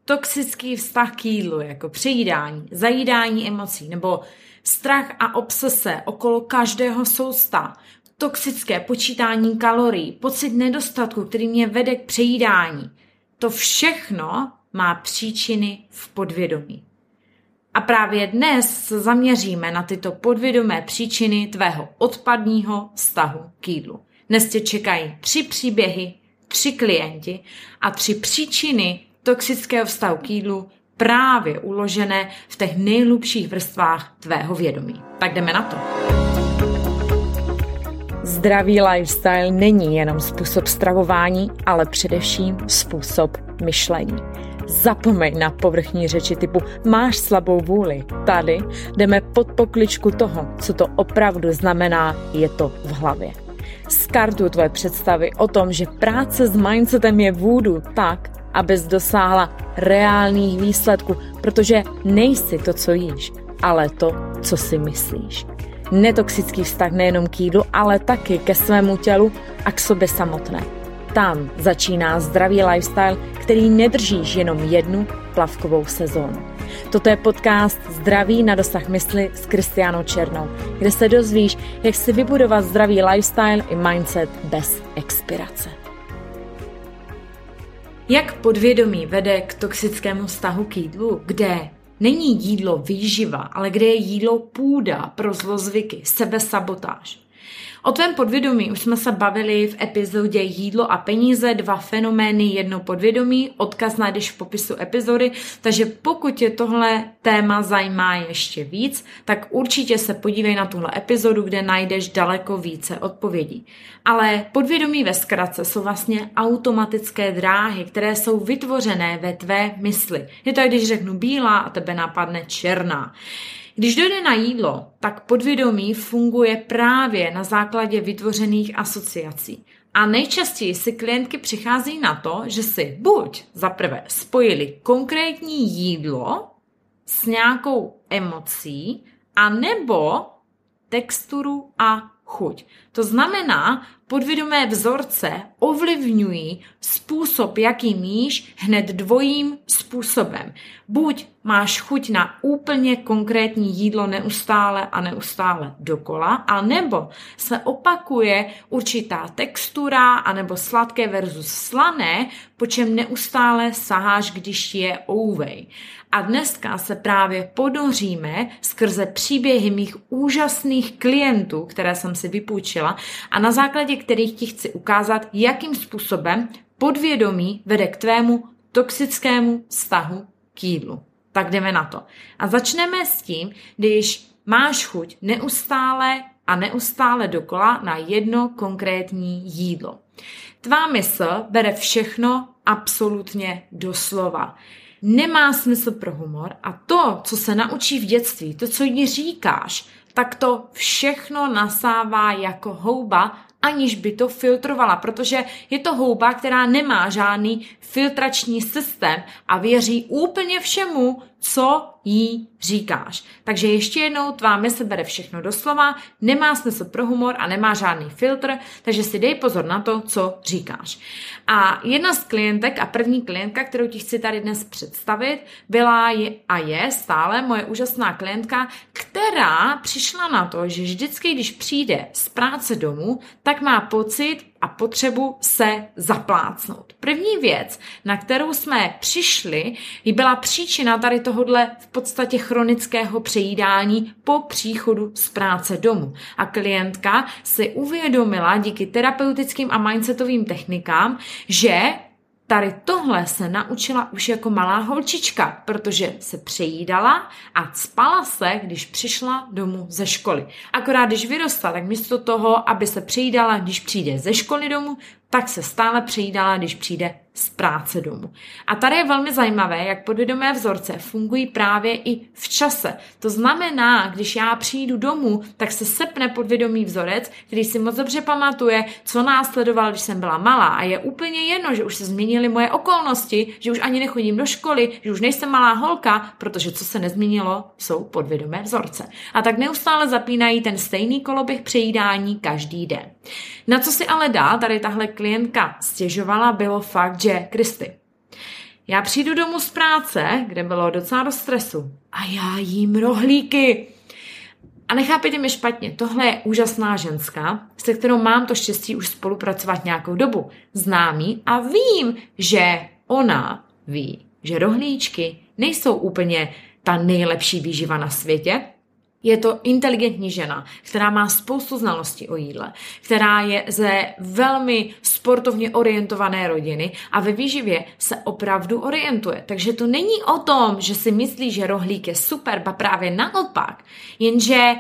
toxický vztah k jídlu, jako přejídání, zajídání emocí nebo strach a obsese okolo každého sousta, toxické počítání kalorií, pocit nedostatku, který mě vede k přejídání. To všechno má příčiny v podvědomí. A právě dnes se zaměříme na tyto podvědomé příčiny tvého odpadního vztahu k jídlu. Dnes tě čekají 3 příběhy, 3 klienti a 3 příčiny toxického vztahu k jídlu právě uložené v těch nejhlubších vrstvách tvého vědomí. Tak jdeme na to. Zdravý lifestyle není jenom způsob stravování, ale především způsob myšlení. Zapomeň na povrchní řeči typu máš slabou vůli. Tady jdeme pod pokličku toho, co to opravdu znamená, je to v hlavě. Skartuj tvoje představy o tom, že práce s mindsetem je vůdu tak, abys dosáhla reálných výsledků, protože nejsi to, co jíš, ale to, co si myslíš. Netoxický vztah nejenom k jídlu, ale taky ke svému tělu a k sobě samotné. Tam začíná zdravý lifestyle, který nedržíš jenom jednu plavkovou sezónu. Toto je podcast Zdraví na dosah mysli s Kristiánou Černou, kde se dozvíš, jak si vybudovat zdravý lifestyle i mindset bez expirace. Jak podvědomí vede k toxickému vztahu k jídlu, kde není jídlo výživa, ale kde je jídlo půda pro zlozvyky, sebesabotáž. O tvém podvědomí už jsme se bavili v epizodě Jídlo a peníze, 2 fenomény, 1 podvědomí, odkaz najdeš v popisu epizody, takže pokud tě tohle téma zajímá ještě víc, tak určitě se podívej na tuhle epizodu, kde najdeš daleko více odpovědí. Ale podvědomí ve zkratce jsou vlastně automatické dráhy, které jsou vytvořené ve tvé mysli. Je to, když řeknu bílá a tebe napadne černá. Když dojde na jídlo, tak podvědomí funguje právě na základě vytvořených asociací. A nejčastěji si klientky přichází na to, že si buď zaprvé spojili konkrétní jídlo s nějakou emocí, anebo texturu a chuť. To znamená, podvědomé vzorce ovlivňují způsob, jakým jíš, hned dvojím způsobem. Buď máš chuť na úplně konkrétní jídlo neustále a neustále dokola, anebo se opakuje určitá textura, anebo sladké versus slané, po čem neustále saháš, když je ouvej. A dneska se právě ponoříme skrze příběhy mých úžasných klientů, které jsem si vypůjčila a na základě kterých ti chci ukázat, jakým způsobem podvědomí vede k tvému toxickému vztahu k jídlu. Tak jdeme na to. A začneme s tím, když máš chuť neustále dokola na jedno konkrétní jídlo. Tvá mysl bere všechno absolutně doslova. Nemá smysl pro humor a to, co se naučí v dětství, to, co jí říkáš, tak to všechno nasává jako houba, aniž by to filtrovala, protože je to houba, která nemá žádný filtrační systém a věří úplně všemu, co jí říkáš. Takže ještě jednou, tvá mysl bere všechno doslova, nemá smysl pro humor a nemá žádný filtr, takže si dej pozor na to, co říkáš. A jedna z klientek a první klientka, kterou ti chci tady dnes představit, byla a je stále moje úžasná klientka, která přišla na to, že vždycky, když přijde z práce domů, tak má pocit a potřebu se zaplácnout. První věc, na kterou jsme přišli, byla příčina tady tohodle v podstatě chronického přejídání po příchodu z práce domů. A klientka si uvědomila díky terapeutickým a mindsetovým technikám, že tady tohle se naučila už jako malá holčička, protože se přejídala a cpala se, když přišla domů ze školy. Akorát když vyrostla, tak místo toho, aby se přejídala, když přijde ze školy domů, tak se stále přejídala, když přijde z práce domů. A tady je velmi zajímavé, jak podvědomé vzorce fungují právě i v čase. To znamená, když já přijdu domů, tak se sepne podvědomý vzorec, který si moc dobře pamatuje, co následoval, když jsem byla malá. A je úplně jedno, že už se změnily moje okolnosti, že už ani nechodím do školy, že už nejsem malá holka, protože co se nezměnilo, jsou podvědomé vzorce. A tak neustále zapínají ten stejný koloběh přejídání každý den. Na co si ale dál tady tahle klientka stěžovala, bylo fakt, že Kristy, Já přijdu domů z práce, kde bylo docela dost stresu a já jím rohlíky. A nechápejte mě špatně, tohle je úžasná ženská, se kterou mám to štěstí už spolupracovat nějakou dobu. Znám ji a vím, že ona ví, že rohlíčky nejsou úplně ta nejlepší výživa na světě. Je to inteligentní žena, která má spoustu znalostí o jídle, která je ze velmi sportovně orientované rodiny a ve výživě se opravdu orientuje. Takže to není o tom, že si myslí, že rohlík je super, ba právě naopak. Jenže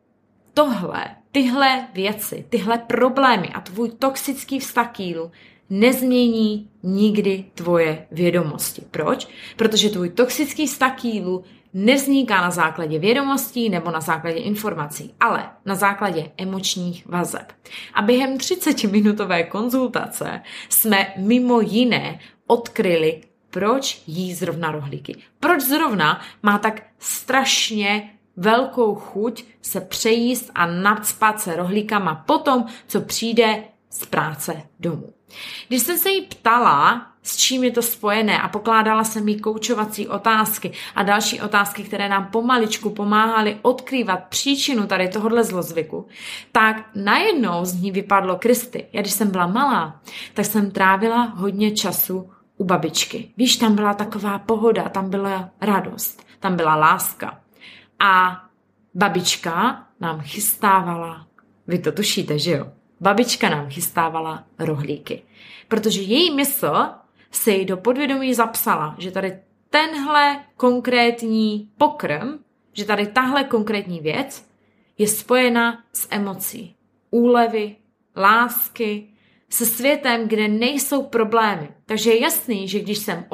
tyhle věci, tyhle problémy a tvůj toxický vztah k jídlu nezmění nikdy tvoje vědomosti. Proč? Protože tvůj toxický vztah k jídlu nevzniká na základě vědomostí nebo na základě informací, ale na základě emočních vazeb. A během 30-minutové konzultace jsme mimo jiné odkryli, proč jí zrovna rohlíky. Proč zrovna má tak strašně velkou chuť se přejíst a nacpat se rohlíkama potom, co přijde z práce domů. Když jsem se jí ptala, s čím je to spojené a pokládala jsem jí koučovací otázky a další otázky, které nám pomaličku pomáhaly odkrývat příčinu tady tohohle zlozvyku, tak najednou z ní vypadlo: Kristy, já když jsem byla malá, tak jsem trávila hodně času u babičky. Víš, tam byla taková pohoda, tam byla radost, tam byla láska. A babička nám chystávala, vy to tušíte, že jo? Babička nám chystávala rohlíky. Protože její mysl se jí do podvědomí zapsala, že tady tenhle konkrétní pokrm, že tady tahle konkrétní věc je spojena s emocí, úlevy, lásky, se světem, kde nejsou problémy. Takže je jasný, že když jsem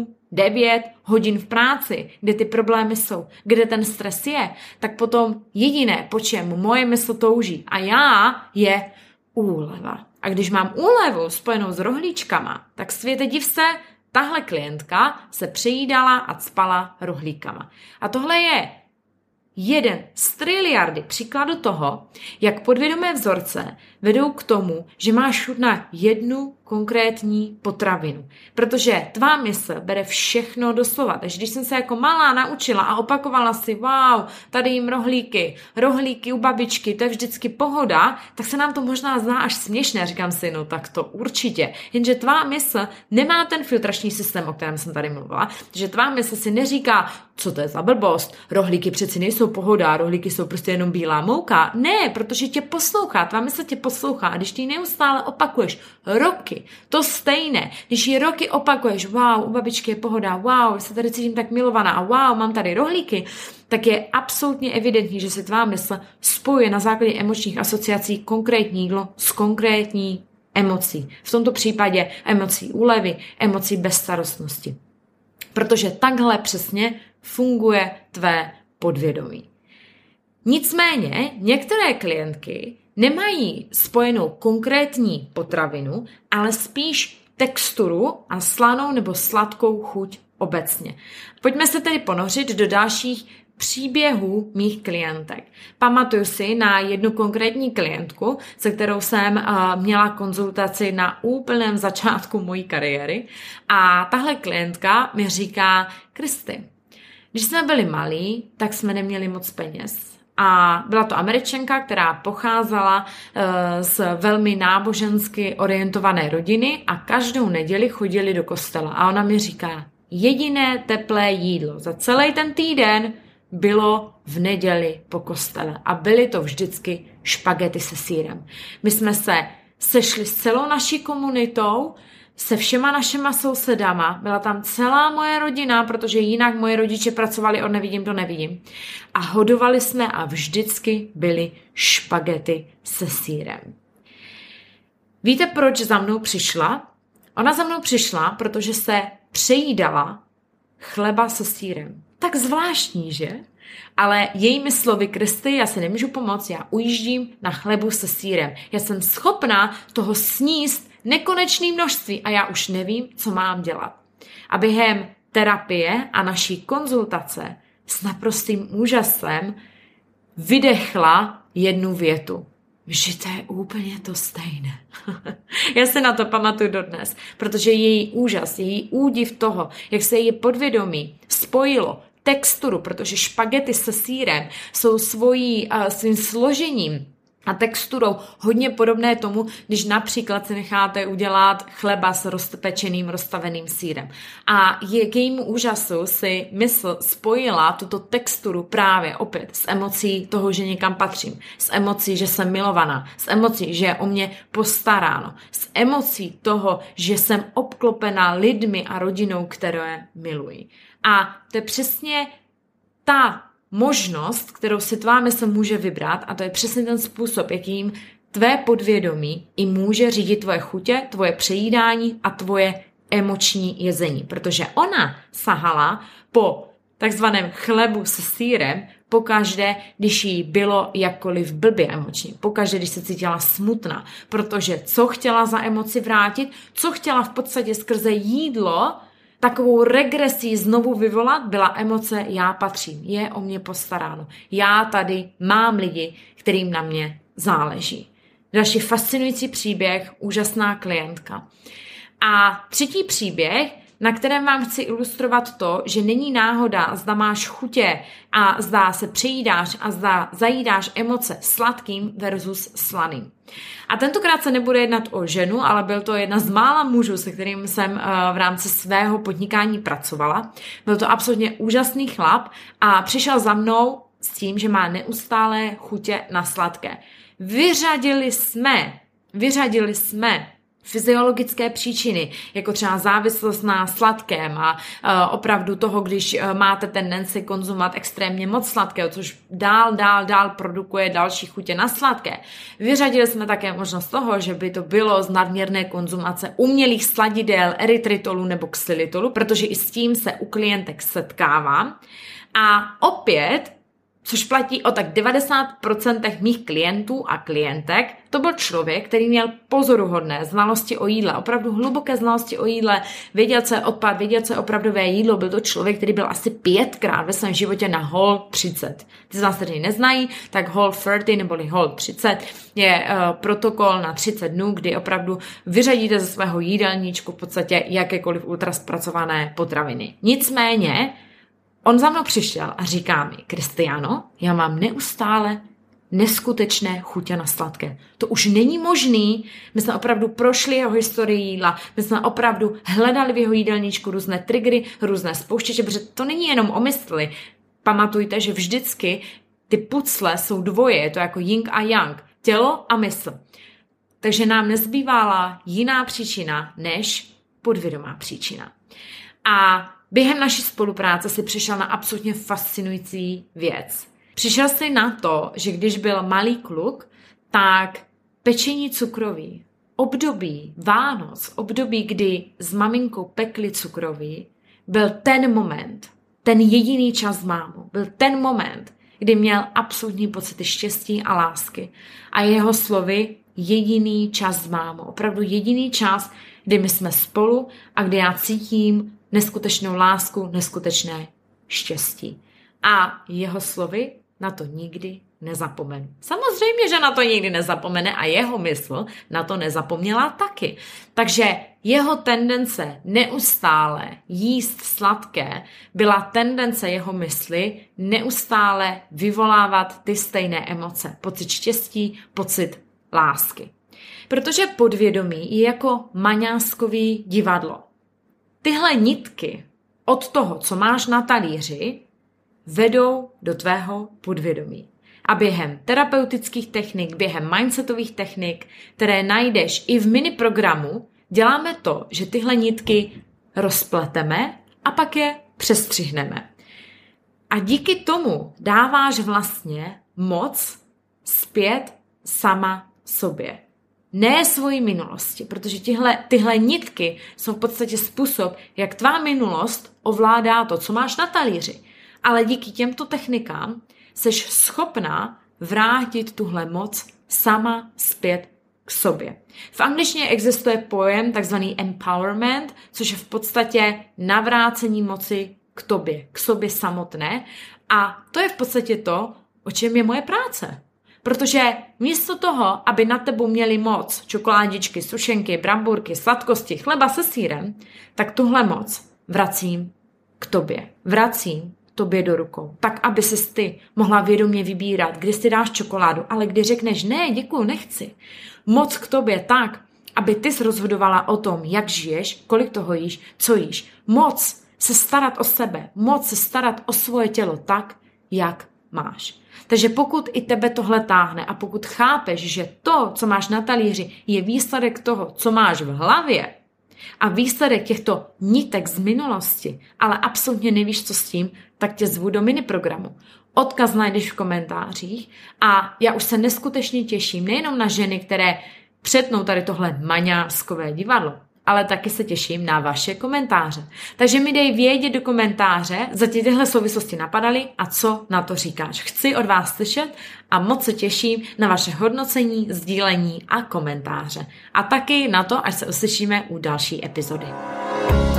8-9 hodin v práci, kde ty problémy jsou, kde ten stres je, tak potom jediné, po čem moje mysl touží a já, je úleva. A když mám úlevu spojenou s rohlíčkama, tak světe div se, tahle klientka se přejídala a cpala rohlíkama. A tohle je jeden z triliardy příkladu toho, jak podvědomé vzorce vedou k tomu, že máš chuť na jednu konkrétní potravinu. Protože tvá mysl bere všechno doslova. Takže když jsem se jako malá naučila a opakovala si, wow, tady jim rohlíky u babičky, to je vždycky pohoda, tak se nám to možná zdá až směšné. Říkám si, no tak to určitě. Jenže tvá mysl nemá ten filtrační systém, o kterém jsem tady mluvila, že tvá mysl si neříká, co to je za blbost, rohlíky přeci nejsou pohoda, rohlíky jsou prostě jenom bílá mouka. Ne, protože tě poslouchá, tvá mysl tě poslouchá a když ty neustále opakuješ roky, to stejné, když ji roky opakuješ, wow, u babičky je pohoda, wow, se tady cítím tak milovaná a wow, mám tady rohlíky, tak je absolutně evidentní, že se tvá mysl spojuje na základě emočních asociací konkrétní jídlo s konkrétní emocí. V tomto případě emocí úlevy, emocí bezstarostnosti. Protože takhle přesně funguje tvé podvědomí. Nicméně některé klientky nemají spojenou konkrétní potravinu, ale spíš texturu a slanou nebo sladkou chuť obecně. Pojďme se tedy ponořit do dalších příběhů mých klientek. Pamatuju si na jednu konkrétní klientku, se kterou jsem měla konzultaci na úplném začátku mojí kariéry a tahle klientka mi říká: Kristy, když jsme byli malí, tak jsme neměli moc peněz. A byla to Američanka, která pocházela z velmi nábožensky orientované rodiny a každou neděli chodili do kostela. A ona mi říká, jediné teplé jídlo za celý ten týden bylo v neděli po kostele. A byly to vždycky špagety se sýrem. My jsme se sešli s celou naší komunitou, se všema našima sousedama, byla tam celá moje rodina, protože jinak moje rodiče pracovali od nevidím do nevidím. A hodovali jsme a vždycky byly špagety se sýrem. Víte, proč za mnou přišla? Ona za mnou přišla, protože se přejídala chleba se sýrem. Tak zvláštní, že? Ale jejími slovy: Kristy, já si nemůžu pomoct, já ujíždím na chlebu se sýrem. Já jsem schopná toho sníst nekonečné množství a já už nevím, co mám dělat. A během terapie a naší konzultace s naprostým úžasem vydechla jednu větu. že to je úplně to stejné. Já se na to pamatuju dodnes, protože její úžas, její údiv toho, jak se její podvědomí spojilo, texturu, protože špagety se sýrem jsou svým složením a texturou hodně podobné tomu, když například si necháte udělat chleba s rozpečeným, rozstaveným sýrem. A k jejímu úžasu si mysl spojila tuto texturu právě opět s emocí toho, že někam patřím, s emocí, že jsem milovaná, s emocí, že je o mě postaráno, s emocí toho, že jsem obklopená lidmi a rodinou, které miluji. A to je přesně ta možnost, kterou si tvá mysl může vybrat, a to je přesně ten způsob, jakým tvé podvědomí i může řídit tvoje chutě, tvoje přejídání a tvoje emoční jezení. Protože ona sahala po takzvaném chlebu se sýrem pokaždé, když jí bylo jakkoliv blbě emočně, pokaždé, když se cítila smutná, protože co chtěla za emoci vrátit, co chtěla v podstatě skrze jídlo takovou regresí znovu vyvolat, byla emoce já patřím, je o mě postaráno. Já tady mám lidi, kterým na mě záleží. Další fascinující příběh, úžasná klientka. A třetí příběh, na kterém vám chci ilustrovat to, že není náhoda, zda máš chutě a zda se přejídáš a zda zajídáš emoce sladkým versus slaným. A tentokrát se nebude jednat o ženu, ale byl to jedna z mála mužů, se kterým jsem v rámci svého podnikání pracovala. Byl to absolutně úžasný chlap a přišel za mnou s tím, že má neustále chutě na sladké. Vyřadili jsme fyziologické příčiny, jako třeba závislost na sladkém a opravdu toho, když máte tendenci konzumovat extrémně moc sladkého, což dál produkuje další chutě na sladké. Vyřadili jsme také možnost toho, že by to bylo z nadměrné konzumace umělých sladidel, erytritolu nebo xylitolu, protože i s tím se u klientek setkávám. A opět, což platí o tak 90% mých klientů a klientek, to byl člověk, který měl pozoruhodné znalosti o jídle, opravdu hluboké znalosti o jídle, věděl, co je odpad, věděl, co je opravdové jídlo. Byl to člověk, který byl asi 5krát ve svém životě na Whole 30. Ty z vás, kteří neznají, tak Whole 30 neboli Whole 30 je protokol na 30 dnů, kdy opravdu vyřadíte ze svého jídelníčku v podstatě jakékoliv ultraspracované potraviny. Nicméně on za mnou přišel a říká mi, Kristiano, já mám neustále neskutečné chutě na sladké. To už není možný. My jsme opravdu prošli jeho historii jídla, my jsme opravdu hledali v jeho jídelníčku různé triggery, různé spouštěče, protože to není jenom o mysli. Pamatujte, že vždycky ty pucle jsou dvoje, je to jako yin a yang, tělo a mysl. Takže nám nezbývala jiná příčina než podvědomá příčina. A během naší spolupráce si přišel na absolutně fascinující věc. Přišel si na to, že když byl malý kluk, tak pečení cukroví, období Vánoc, období, kdy s maminkou pekli cukroví, byl ten moment, ten jediný čas s mámou, byl ten moment, kdy měl absolutní pocity štěstí a lásky. A jeho slovy jediný čas s mámou, opravdu jediný čas, kdy my jsme spolu a kdy já cítím neskutečnou lásku, neskutečné štěstí. A jeho slovy na to nikdy nezapomenu. Samozřejmě, že na to nikdy nezapomene a jeho mysl na to nezapomněla taky. Takže jeho tendence neustále jíst sladké byla tendence jeho mysli neustále vyvolávat ty stejné emoce. Pocit štěstí, pocit lásky. Protože podvědomí je jako maňáskový divadlo. Tyhle nitky od toho, co máš na talíři, vedou do tvého podvědomí. A během terapeutických technik, během mindsetových technik, které najdeš i v mini programu, děláme to, že tyhle nitky rozpleteme a pak je přestřihneme. A díky tomu dáváš vlastně moc zpět sama sobě. Ne svojí minulosti, protože tyhle nitky jsou v podstatě způsob, jak tvá minulost ovládá to, co máš na talíři. Ale díky těmto technikám seš schopná vrátit tuhle moc sama zpět k sobě. V angličtině existuje pojem takzvaný empowerment, což je v podstatě navrácení moci k tobě, k sobě samotné. A to je v podstatě to, o čem je moje práce. Protože místo toho, aby na tebou měli moc čokoládičky, sušenky, bramburky, sladkosti, chleba se sýrem, tak tuhle moc vracím k tobě. Vracím tobě do rukou. Tak, aby ses ty mohla vědomě vybírat, kdy si dáš čokoládu, ale kdy řekneš ne, děkuju, nechci. Moc k tobě tak, aby ty jsi rozhodovala o tom, jak žiješ, kolik toho jíš, co jíš. Moc se starat o sebe, moc se starat o svoje tělo tak, jak máš. Takže pokud i tebe tohle táhne a pokud chápeš, že to, co máš na talíři, je výsledek toho, co máš v hlavě a výsledek těchto nitek z minulosti, ale absolutně nevíš, co s tím, tak tě zvu do miniprogramu. Odkaz najdeš v komentářích a já už se neskutečně těším nejenom na ženy, které přetnou tady tohle maňáskové divadlo, ale taky se těším na vaše komentáře. Takže mi dej vědět do komentáře, za tyhle souvislosti napadaly a co na to říkáš. Chci od vás slyšet a moc se těším na vaše hodnocení, sdílení a komentáře. A taky na to, až se uslyšíme u další epizody.